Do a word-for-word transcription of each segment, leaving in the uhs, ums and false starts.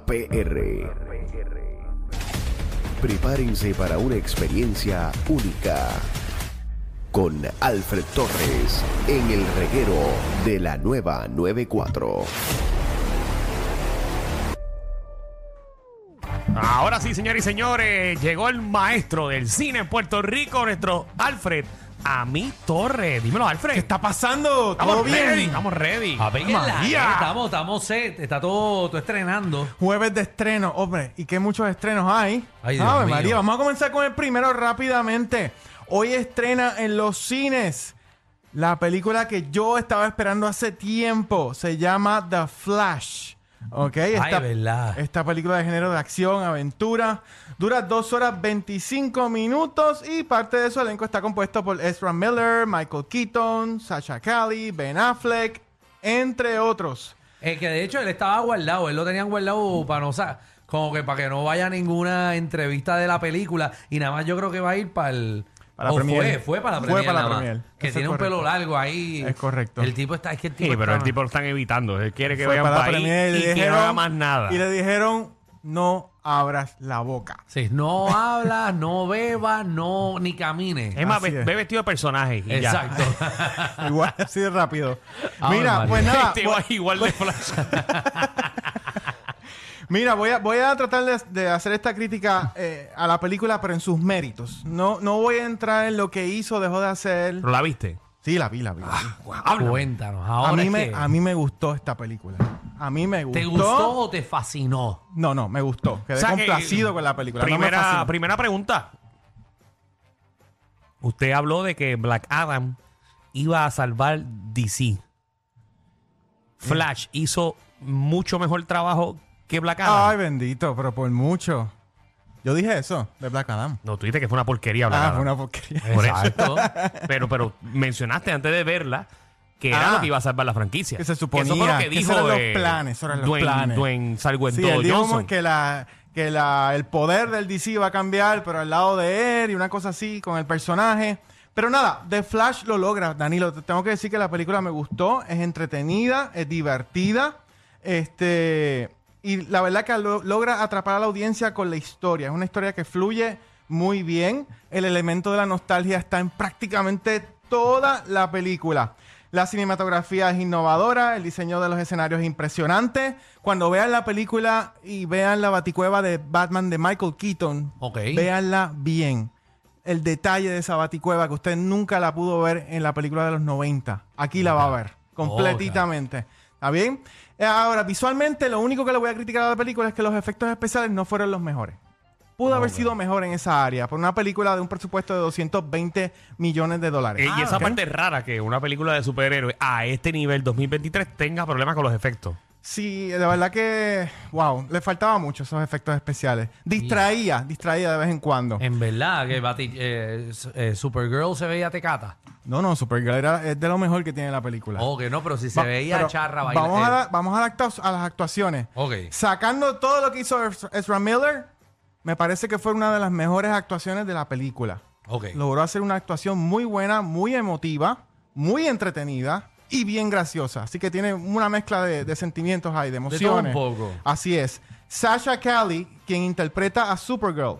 P R. Prepárense para una experiencia única con Alfred Torres en el reguero de la nueva noventa y cuatro. Ahora sí, señores y señores, llegó el maestro del cine en Puerto Rico, nuestro Alfred Ami Torres. Dímelo, Alfred. ¿Qué está pasando? ¿Todo Estamos bien? ready, estamos ready. Papi, que la- María. estamos, estamos set, está todo, todo estrenando. Jueves de estreno, hombre. ¿Y qué muchos estrenos hay? Ay, Dios Ave mío. María, vamos a comenzar con el primero rápidamente. Hoy estrena en los cines la película que yo estaba esperando hace tiempo. Se llama The Flash. Ok, esta, verdad. esta película de género de acción, aventura, dura dos horas veinticinco minutos y parte de su elenco está compuesto por Ezra Miller, Michael Keaton, Sasha Calle, Ben Affleck, entre otros. Eh, que de hecho él estaba guardado, él lo tenían guardado para no, sa- como que para que no vaya a ninguna entrevista de la película y nada más yo creo que va a ir para el... Para la o premiere. fue, fue para la Fue premier. para la nada más. premier. Que Eso tiene es un pelo correcto. largo ahí. Es correcto. El tipo está, es que el tipo Sí, pero está- el tipo lo están evitando. Él quiere que Fue vayan para la para ahí premiere y y le que no dijeron- haga más nada. Y le dijeron, no abras la boca. Sí, no habla, no beba, no ni camine. Es más, Así ve, es. ve vestido de personaje y Exacto. Igual así de rápido. Ave Mira, María. pues ya. nada. Este voy- va igual de flash. Mira, voy a, voy a tratar de, de hacer esta crítica eh, a la película, pero en sus méritos. No, no voy a entrar en lo que hizo, dejó de hacer. ¿Pero la viste? Sí, la vi, la vi. la vi. Háblame. Cuéntanos. A Ahora mí, es me, que- a mí me gustó esta película. A mí me gustó. ¿Te gustó o te fascinó? No, no, me gustó. Quedé O sea que, complacido con la película. No me Primera, fascinó. primera pregunta. Usted habló de que Black Adam iba a salvar D C. Flash hizo mucho mejor trabajo que Black Adam. Ay, bendito, pero por mucho. Yo dije eso de Black Adam. No, tú dijiste que fue una porquería Black Ah, Adam. fue una porquería. Por eso. Exacto. Pero, pero mencionaste antes de verla que era Ah. lo que iba a salvar la franquicia. Que se suponía, eso fue lo que que dijo esos eran los eh, planes, esos eran los Dwayne, planes. Dwayne Sargento Sí, él dijo Johnson. que, la, que la, el poder del D C va a cambiar, pero al lado de él y una cosa así con el personaje. Pero nada, The Flash lo logra, Danilo. Te tengo que decir que la película me gustó, es entretenida, es divertida. Este, y la verdad que lo- logra atrapar a la audiencia con la historia. Es una historia que fluye muy bien. El elemento de la nostalgia está en prácticamente toda la película. La cinematografía es innovadora, el diseño de los escenarios es impresionante. Cuando vean la película y vean la baticueva de Batman de Michael Keaton, Ok. véanla bien. El detalle de esa baticueva que usted nunca la pudo ver en la película de los noventa. Aquí la va a ver completamente. ¿Está bien? Eh, Ahora, visualmente, lo único que le voy a criticar a la película es que los efectos especiales no fueron los mejores. Pudo haber sido mejor en esa área por una película de un presupuesto de doscientos veinte millones de dólares. Eh, y esa ok. parte es rara que una película de superhéroes a este nivel dos mil veintitrés tenga problemas con los efectos. Sí, de verdad que, wow, le faltaba mucho esos efectos especiales. Distraía, distraía de vez en cuando. En verdad, que Bati- eh, s- eh, Supergirl se veía tecata. No, no, Supergirl era, es de lo mejor que tiene la película. O que no, pero si se Va- veía pero charra bailar. Vamos, a, la- vamos a, la actua- a las actuaciones. Ok. Sacando todo lo que hizo Ez- Ezra Miller, me parece que fue una de las mejores actuaciones de la película. Ok. Logró hacer una actuación muy buena, muy emotiva, muy entretenida y bien graciosa. Así que tiene una mezcla de, de sentimientos ahí, de emociones. todo un poco. Así es. Sasha Calle, quien interpreta a Supergirl,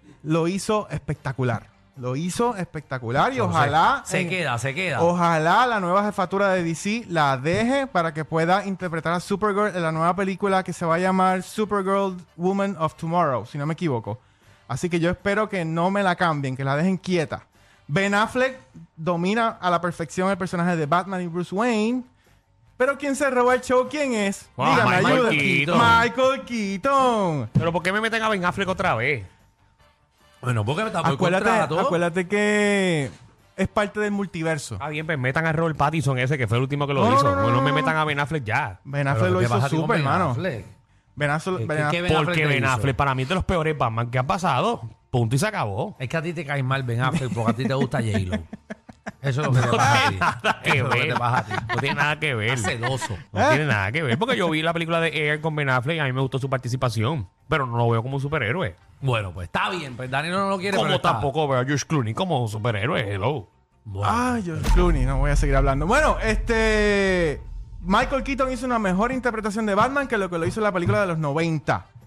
lo hizo espectacular. Lo hizo espectacular y Entonces, ojalá... Se en- queda, se queda. Ojalá la nueva jefatura de D C la deje para que pueda interpretar a Supergirl en la nueva película que se va a llamar Supergirl Woman of Tomorrow, si no me equivoco. Así que yo espero que no me la cambien, que la dejen quieta. Ben Affleck domina a la perfección el personaje de Batman y Bruce Wayne. Pero ¿quién se robó el show? ¿Quién es? Wow, Dígame, Michael ayúdame. Keaton. Michael Keaton. Pero ¿por qué me meten a Ben Affleck otra vez? Bueno, porque está por Acuérdate, contrato. acuérdate que es parte del multiverso. Ah, bien, pues metan a Robert Pattinson ese, que fue el último que lo No, no, hizo. no, no, no, no, me no. metan a Ben Affleck ya. Ben Pero Affleck lo ¿qué hizo pasa a ti con súper, Ben hermano. Affleck? Ben Affleck, ¿Qué- Ben qué- Affleck- qué Ben Affleck Porque te Ben hizo? Affleck para mí es de los peores Batman que han pasado. Punto y se acabó. Es que a ti te cae mal Ben Affleck porque a ti te gusta J-Lo. Eso es lo que te pasa a ti. Nada que Eso es lo que ver. te pasa a ti. No tiene nada que ver. Celoso. No tiene nada que ver. Porque yo vi la película de Air con Ben Affleck y a mí me gustó su participación. Pero no lo veo como un superhéroe. Bueno, pues está bien. Pues Danilo no lo quiere, pero Como está. tampoco veo a George Clooney como un superhéroe. Hello. Bueno. Ay, George Clooney, no voy a seguir hablando. Bueno, este... Michael Keaton hizo una mejor interpretación de Batman que lo que lo hizo en la película de los noventa.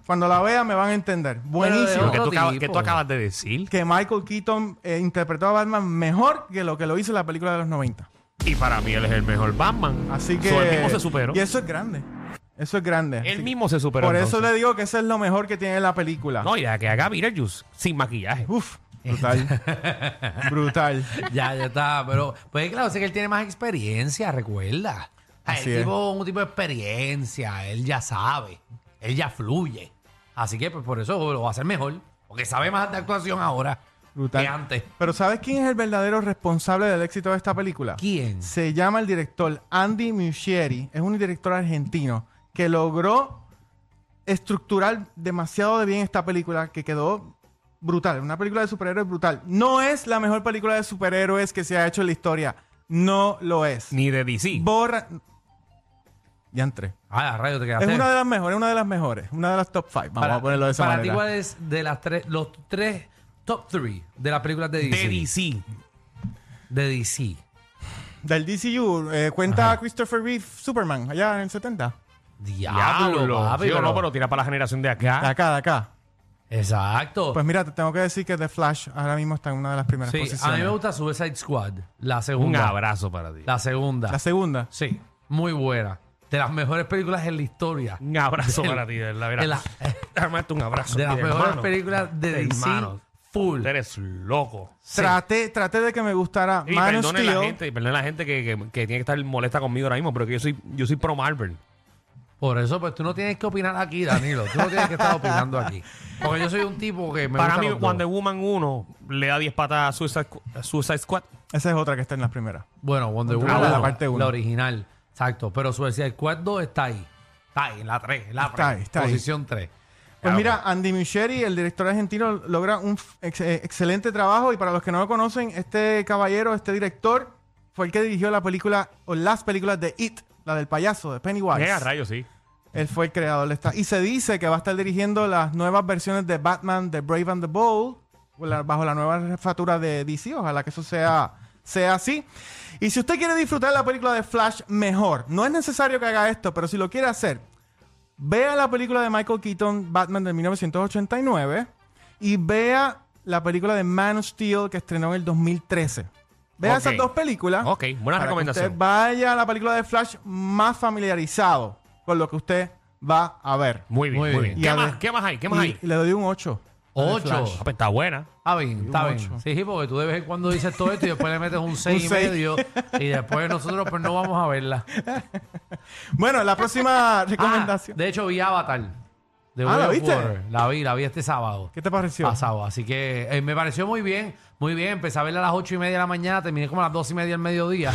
Cuando la vean me van a entender. Buenísimo. Lo que tú, Otro acabas, tipo. que tú acabas de decir. Que Michael Keaton eh, interpretó a Batman mejor que lo que lo hizo en la película de los noventa. Y para mí él es el mejor Batman. Así que... So, él mismo se superó. Y eso es grande. Eso es grande. Él Así mismo se superó. Por eso entonces. le digo que eso es lo mejor que tiene la película. No, y a que haga Beetlejuice sin maquillaje. Uf, brutal. brutal. Ya, ya está. Pero, pues claro, sé que él tiene más experiencia, recuerda. Así el es. tipo, un tipo de experiencia, él ya sabe, él ya fluye. Así que, pues por eso lo va a hacer mejor. Porque sabe más de actuación ahora Brutal. que antes. Pero ¿sabes quién es el verdadero responsable del éxito de esta película? ¿Quién? Se llama el director Andy Muschietti. Es un director argentino que logró estructurar demasiado de bien esta película que quedó brutal. Una película de superhéroes brutal. No es la mejor película de superhéroes que se ha hecho en la historia. No lo es. Ni de D C. Borra... Ya entré. Ah, a rayo te Es quedaste. una de las mejores, una de las mejores. Una de las top five. Vamos para, a ponerlo de esa para manera. ti, ¿cuál es de las tres, los tres top three de las películas de D C? De D C. De D C. Del D C U, eh, cuenta a Christopher Reeve Superman, allá en el setenta. Diablo, Diablo. papi, Sí o pero- no, pero tira para la generación de De acá. acá, de acá. Exacto. Pues mira, te tengo que decir que The Flash ahora mismo está en una de las primeras sí, posiciones. a mí me gusta Suicide Squad, la Un segunda. abrazo para ti. La segunda. La segunda. Sí, muy buena. De las mejores películas en la historia. Un abrazo De- para ti, de verdad. de Mira. la- Déjame darte un abrazo. De las mi mejores hermano. películas de D C. Hermano. Full. Tú eres loco. Sí. Traté, traté de que me gustara Y Man of perdone la Steel. gente, y perdone la gente que, que- que tiene que estar molesta conmigo ahora mismo, pero que yo soy, yo soy pro Marvel. Por eso, pues tú no tienes que opinar aquí, Danilo. Tú no tienes que estar opinando aquí. Porque yo soy un tipo que me Para gusta mí, los Wonder dos. Woman uno le da diez patas a Suicide, Squ- a Suicide Squad. Esa es otra que está en las primeras. Bueno, Wonder Ah, Woman la uno, parte uno. la original. Exacto. Pero Suicide Squad dos está ahí. Está ahí, en la tres. En la Está ahí, está ahí. posición tres. Pues mira, Andy Muschietti, el director argentino, logra un f- ex- eh, excelente trabajo. Y para los que no lo conocen, este caballero, este director, fue el que dirigió la película, o las películas de It, la del payaso, de Pennywise. ¿Qué a rayos, sí? Él fue el creador de esta. Y se dice que va a estar dirigiendo las nuevas versiones de Batman, de Brave and the Bold, o la- bajo la nueva jefatura de D C. Ojalá que eso sea, sea así. Y si usted quiere disfrutar la película de Flash mejor, no es necesario que haga esto, pero si lo quiere hacer, vea la película de Michael Keaton, Batman de mil novecientos ochenta y nueve, y vea la película de Man of Steel que estrenó en el dos mil trece. Vea Ok. esas dos películas. Ok, buena para que recomendación. usted vaya a la película de Flash más familiarizado con lo que usted va a ver. Muy bien, Muy muy bien. bien. Y ¿Qué a más, ver- ¿Qué más hay? ¿Qué más y, hay? y le doy un ocho. Ocho. Ah, pues está buena. Está bien, está Un bien. ocho. Sí, sí, porque tú de vez en cuando dices todo esto y después le metes un seis y seis. medio y después nosotros pues no vamos a verla. Bueno, la próxima Ah, recomendación. de hecho vi Avatar. De Ah, Way ¿la of viste? Water. La vi, la vi este sábado. ¿Qué te pareció? Pasado. Así que eh, me pareció muy bien, muy bien. Empecé a verla a las ocho y media de la mañana, terminé como a las dos y media del mediodía.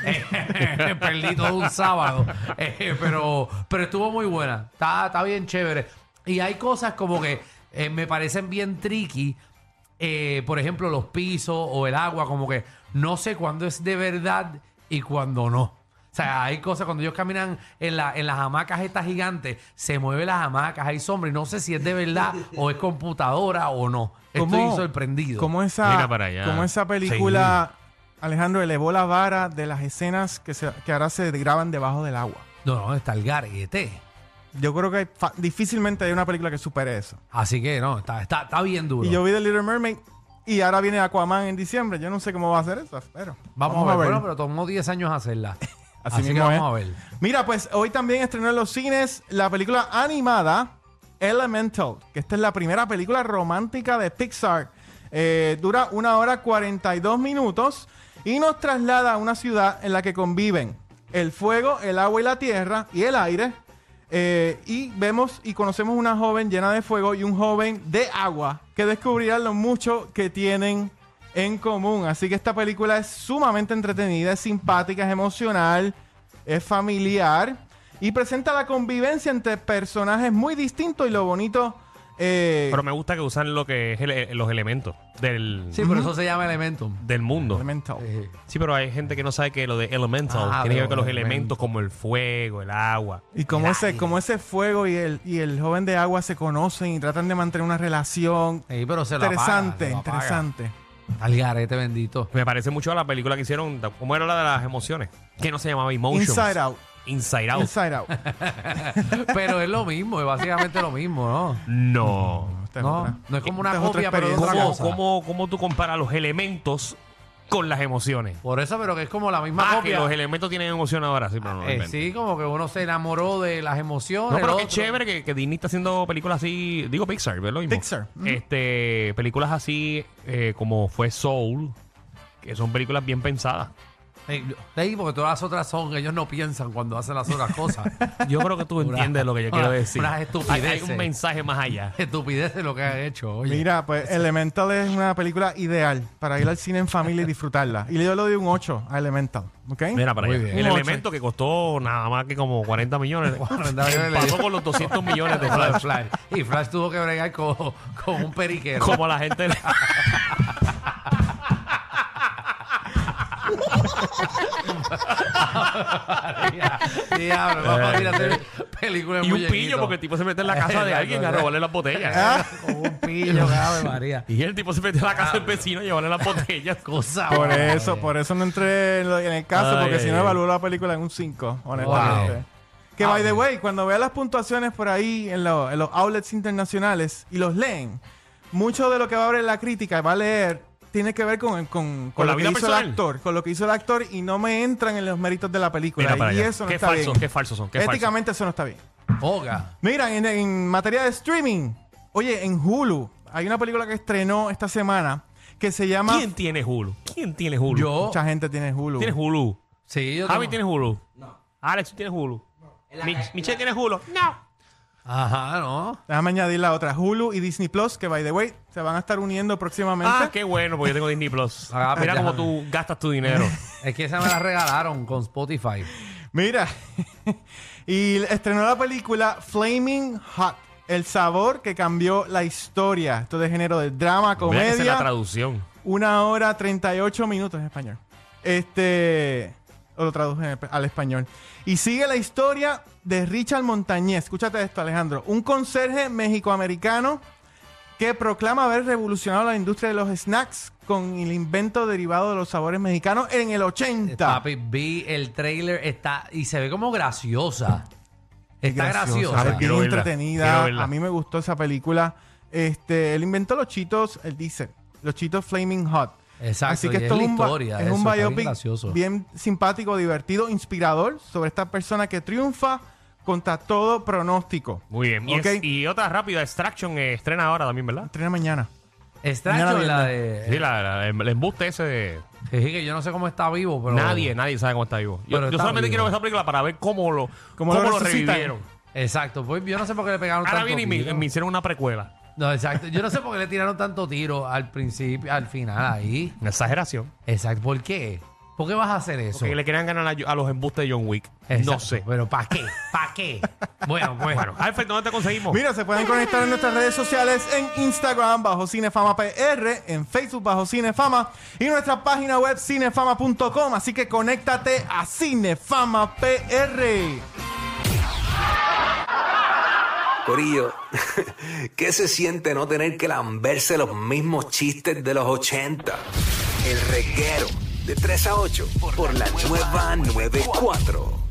Eh, Perdí todo un sábado. Eh, pero, pero estuvo muy buena. Está, está bien chévere. Y hay cosas como que eh, me parecen bien tricky. Eh, por ejemplo, los pisos o el agua, como que no sé cuándo es de verdad y cuándo no. O sea, hay cosas cuando ellos caminan en, la, en las hamacas estas gigantes, se mueven las hamacas, hay sombra y no sé si es de verdad o es computadora o no. Estoy sorprendido. Como esa, Mira para allá. como esa película, Alejandro, elevó la vara de las escenas que, se, que ahora se graban debajo del agua. No, no, está el garete. Yo creo que fa- difícilmente hay una película que supere eso. Así que no, está, está, está bien duro. Y yo vi The Little Mermaid y ahora viene Aquaman en diciembre. Yo no sé cómo va a ser eso, pero vamos, a ver. Bueno, pero tomó diez años hacerla. Así Así, que mismo vamos es. a ver. Mira, pues hoy también estrenó en los cines la película animada Elemental, que esta es la primera película romántica de Pixar. Eh, dura una hora cuarenta y dos minutos y nos traslada a una ciudad en la que conviven el fuego, el agua y la tierra y el aire. Eh, y vemos y conocemos una joven llena de fuego y un joven de agua que descubrirán lo mucho que tienen en común. Así que esta película es sumamente entretenida, es simpática, es emocional, es familiar y presenta la convivencia entre personajes muy distintos y lo bonito. Eh, Pero me gusta que usan lo que es el- los elementos del, Sí, por eso se llama Elementum. del mundo. Elemental. Eh, Sí, pero hay gente que no sabe que lo de elemental Ah, tiene que ver los con los elementos. elementos como el fuego, el agua. Y como el ese, aire. como ese fuego y el, y el joven de agua se conocen y tratan de mantener una relación eh, pero se lo interesante, apaga, se lo apaga. interesante. Al garete bendito. Me parece mucho a la película que hicieron, ¿cómo era la de las emociones? Que no se llamaba Emotions. Inside Out. Inside Out. Inside Out. Pero es lo mismo, es básicamente lo mismo, ¿no? No. Esta es No, otra. no es como una Esta es otra copia, pero de otra experiencia. ¿Cómo, cosa. cómo, cómo tú comparas los elementos con las emociones? Por eso, pero que es como la misma Ah, que copia. los elementos tienen emoción ahora, sí, pero no lo Eh, invento. sí, como que uno se enamoró de las emociones. No, pero el qué otro- chévere que, que Disney está haciendo películas así, digo Pixar, ¿ves lo mismo? Pixar, mm. Este, películas así eh, como fue Soul, que son películas bien pensadas. Eh, sí, porque todas las otras son, ellos no piensan cuando hacen las otras cosas. Yo creo que tú Una- entiendes lo que yo una- quiero decir. unas Hay, hay estupideces. un mensaje más allá. Estupidez de lo que han hecho. Oye. Mira, pues Elemental es una película ideal para ir al cine en familia y disfrutarla. Y yo le doy un ocho a Elemental, ¿ok? Mira para Muy allá. bien. El Un ocho. elemento que costó nada más que como cuarenta millones. cuarenta millones le Pasó dio. con los doscientos millones de Flash, Flash. Flash. Y Flash tuvo que bregar con, con un periquero. Como la gente. Diablo, vamos a ir a hacer películas de Y un muñequitos. pillo porque el tipo se mete en la casa de Exacto, alguien a exacto. robarle las botellas. Con un pillo, Ave María. Y el tipo se mete en la casa del vecino a llevarle las botellas. Cosa. Por madre. eso, por eso no entré en, lo- en el caso, Ay, porque ay, si no ay. evalúo la película en un cinco, honestamente. Wow. Que, Ah, by the bien. way, cuando vean las puntuaciones por ahí en, lo- en los outlets internacionales y los leen, mucho de lo que va a ver la crítica va a leer tiene que ver con, con, con la lo que vida hizo personal. el actor, con lo que hizo el actor y no me entran en los méritos de la película. Mira para y allá. eso no Qué está falsos, bien. qué falsos son. Qué falsos. Éticamente eso no está bien. Oga. Mira, en, en materia de streaming, oye, en Hulu hay una película que estrenó esta semana que se llama... ¿Quién tiene Hulu? ¿Quién tiene Hulu? Yo. Mucha gente tiene Hulu. ¿Tienes Hulu? Sí, yo Javi tengo- tiene Hulu. No. Alex, ¿tú tienes Hulu? Mi- Michelle tiene Hulu. No. Ajá, ¿no? Déjame añadir la otra. Hulu y Disney Plus, que by the way, se van a estar uniendo próximamente. Ah, qué bueno, porque yo tengo Disney Plus. Ah, Mira pues cómo ya. tú gastas tu dinero. Es que esa me la regalaron con Spotify. Mira, y estrenó la película Flaming Hot, el sabor que cambió la historia. Esto de género de drama, Mira que esa es la comedia. traducción. Una hora treinta y ocho minutos en español. Este, o lo traduje en- al español. Y sigue la historia de Richard Montañez. Escúchate esto, Alejandro. Un conserje mexicoamericano que proclama haber revolucionado la industria de los snacks con el invento derivado de los sabores mexicanos en el ochenta. Papi, vi el trailer está y se ve como graciosa. Está graciosa, graciosa. es bien Quiero verla, entretenida. quiero verla. A mí me gustó esa película. Este, él inventó los chitos, él dice, los chitos Flaming Hot. Exacto, Así que y esto es la es un, ba- historia de es un eso, está bien biopic gracioso. bien simpático, divertido, inspirador sobre esta persona que triunfa contra todo pronóstico. Muy bien. Y, Ok. es- y otra rápida, Extraction eh, estrena ahora también, ¿verdad? Estrena mañana. Extraño Mañana la viernes. de. Sí, la, la- el embuste ese de... Sí, que yo no sé cómo está vivo, pero. Nadie, nadie sabe cómo está vivo. Yo, Pero yo está solamente vivo. quiero ver esa película para ver cómo lo, Cómo cómo lo lo resucitan. revivieron. Exacto, pues yo no sé por qué le pegaron Ahora tanto viene y me, tiro. me hicieron una precuela. No, exacto. Yo no sé por qué le tiraron tanto tiro al principio, al final ahí. Una exageración. Exacto. ¿Por qué? ¿Por qué vas a hacer eso? Porque le querían ganar a, a los embustes de John Wick. Exacto, No sé. Pero ¿para qué? ¿Para qué? Bueno, pues. Bueno, Alfred, ¿dónde te conseguimos? Mira, se pueden conectar en nuestras redes sociales en Instagram bajo Cinefama P R, en Facebook bajo Cinefama y nuestra página web cinefama punto com. Así que conéctate a Cinefama P R. Corillo, ¿qué se siente no tener que lamberse los mismos chistes de los ochenta? El reguero de tres a ocho por la nueva noventa y cuatro.